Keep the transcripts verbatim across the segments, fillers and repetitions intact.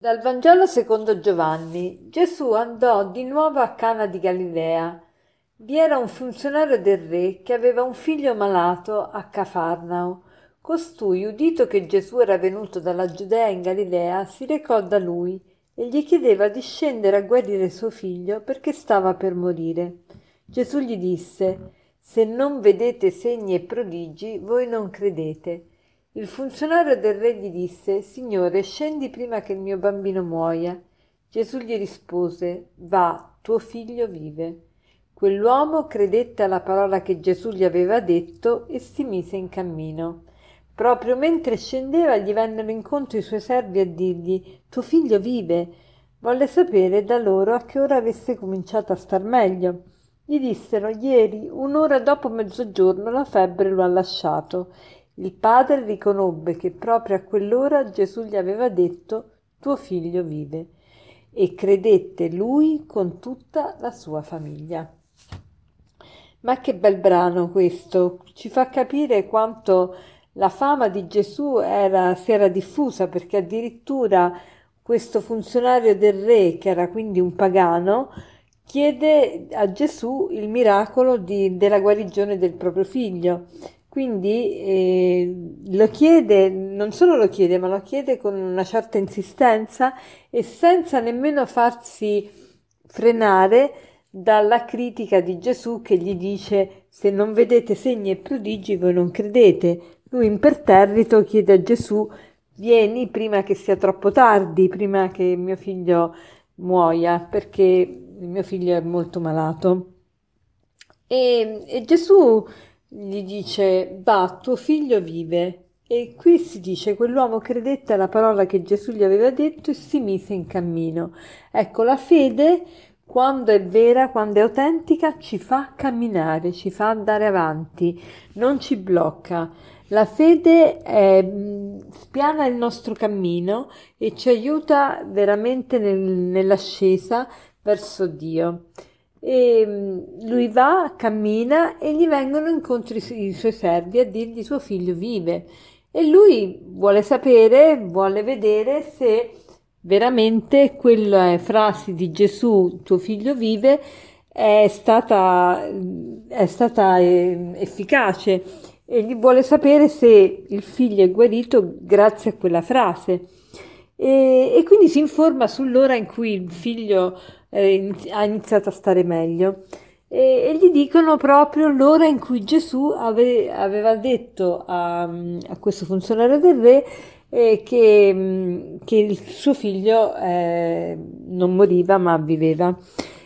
Dal Vangelo secondo Giovanni. Gesù andò di nuovo a Cana di Galilea. Vi era un funzionario del re che aveva un figlio malato a Cafarnao. Costui, udito che Gesù era venuto dalla Giudea in Galilea, si recò da lui e gli chiedeva di scendere a guarire suo figlio perché stava per morire. Gesù gli disse: «Se non vedete segni e prodigi, voi non credete». Il funzionario del re gli disse: «Signore, scendi prima che il mio bambino muoia». Gesù gli rispose: «Va, tuo figlio vive». Quell'uomo credette alla parola che Gesù gli aveva detto e si mise in cammino. Proprio mentre scendeva gli vennero incontro i suoi servi a dirgli: «Tuo figlio vive». Volle sapere da loro a che ora avesse cominciato a star meglio. Gli dissero: «Ieri, un'ora dopo mezzogiorno, la febbre lo ha lasciato». Il padre riconobbe che proprio a quell'ora Gesù gli aveva detto: «Tuo figlio vive», e credette lui con tutta la sua famiglia. Ma che bel brano questo! Ci fa capire quanto la fama di Gesù era, si era diffusa, perché addirittura questo funzionario del re, che era quindi un pagano, chiede a Gesù il miracolo di, della guarigione del proprio figlio. Quindi eh, lo chiede, non solo lo chiede, ma lo chiede con una certa insistenza e senza nemmeno farsi frenare dalla critica di Gesù, che gli dice: «Se non vedete segni e prodigi, voi non credete». Lui imperterrito chiede a Gesù: «Vieni prima che sia troppo tardi, prima che mio figlio muoia, perché il mio figlio è molto malato». E, e Gesù gli dice: «Va, tuo figlio vive». E qui si dice: quell'uomo credette alla parola che Gesù gli aveva detto e si mise in cammino. Ecco, la fede, quando è vera, quando è autentica, ci fa camminare, ci fa andare avanti, non ci blocca. La fede è, spiana il nostro cammino e ci aiuta veramente nel, nell'ascesa verso Dio. E lui va, cammina e gli vengono incontro i, i suoi servi a dirgli: «Suo figlio vive». E lui vuole sapere, vuole vedere se veramente quelle frasi di Gesù, «tuo figlio vive», è stata, è stata eh, efficace, e gli vuole sapere se il figlio è guarito grazie a quella frase. E, e quindi si informa sull'ora in cui il figlio eh, ha iniziato a stare meglio. E, e gli dicono proprio l'ora in cui Gesù ave, aveva detto a, a questo funzionario del re eh, che, che il suo figlio eh, non moriva ma viveva.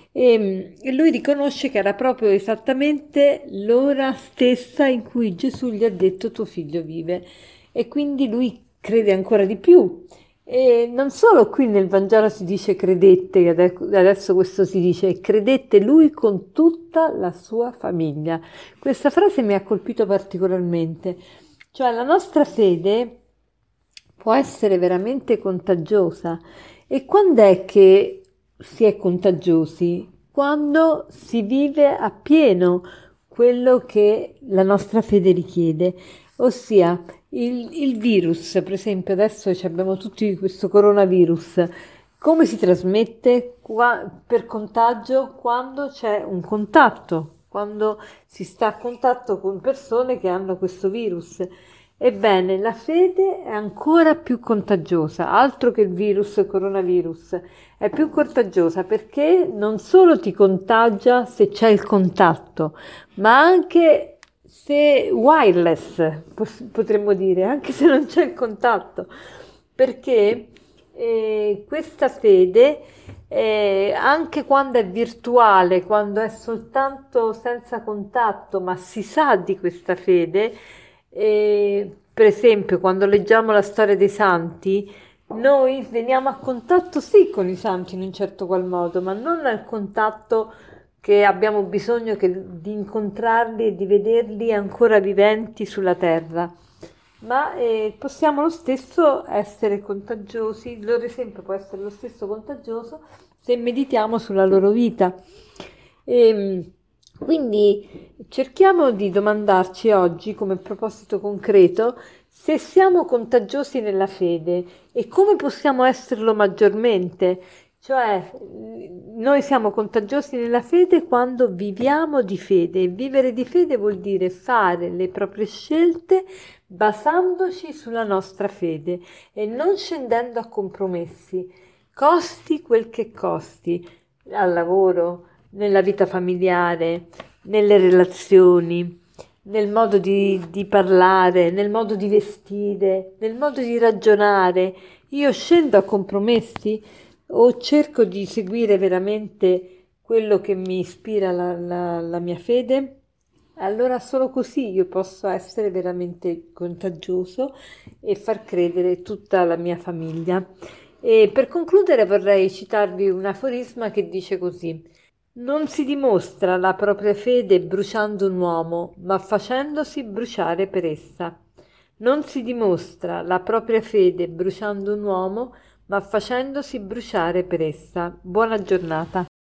E, e lui riconosce che era proprio esattamente l'ora stessa in cui Gesù gli ha detto: «Tuo figlio vive», e quindi lui crede ancora di più. E non solo qui nel Vangelo si dice credette, adesso questo si dice credette lui con tutta la sua famiglia. Questa frase mi ha colpito particolarmente, cioè la nostra fede può essere veramente contagiosa. E quando è che si è contagiosi? Quando si vive appieno quello che la nostra fede richiede, ossia il, il virus, per esempio adesso abbiamo tutti questo coronavirus. Come si trasmette? Qua, per contagio, quando c'è un contatto, quando si sta a contatto con persone che hanno questo virus. Ebbene, la fede è ancora più contagiosa, altro che il virus, il coronavirus, è più contagiosa perché non solo ti contagia se c'è il contatto, ma anche se wireless, potremmo dire, anche se non c'è il contatto, perché eh, questa fede, eh, anche quando è virtuale, quando è soltanto senza contatto, ma si sa di questa fede, eh, per esempio quando leggiamo la storia dei santi, noi veniamo a contatto sì con i santi in un certo qual modo, ma non al contatto che abbiamo bisogno che, di incontrarli e di vederli ancora viventi sulla terra, ma eh, possiamo lo stesso essere contagiosi, il loro esempio può essere lo stesso contagioso se meditiamo sulla loro vita. E, quindi cerchiamo di domandarci oggi, come proposito concreto, Se siamo contagiosi nella fede, e come possiamo esserlo maggiormente? Cioè, noi siamo contagiosi nella fede quando viviamo di fede. Vivere di fede vuol dire fare le proprie scelte basandoci sulla nostra fede e non scendendo a compromessi, costi quel che costi, al lavoro, nella vita familiare, nelle relazioni, nel modo di, di parlare, nel modo di vestire, nel modo di ragionare. Io scendo a compromessi o cerco di seguire veramente quello che mi ispira la, la, la mia fede? Allora solo così io posso essere veramente contagioso e far credere tutta la mia famiglia. E per concludere vorrei citarvi un aforisma che dice così: non si dimostra la propria fede bruciando un uomo, ma facendosi bruciare per essa. Non si dimostra la propria fede bruciando un uomo, ma facendosi bruciare per essa. Buona giornata.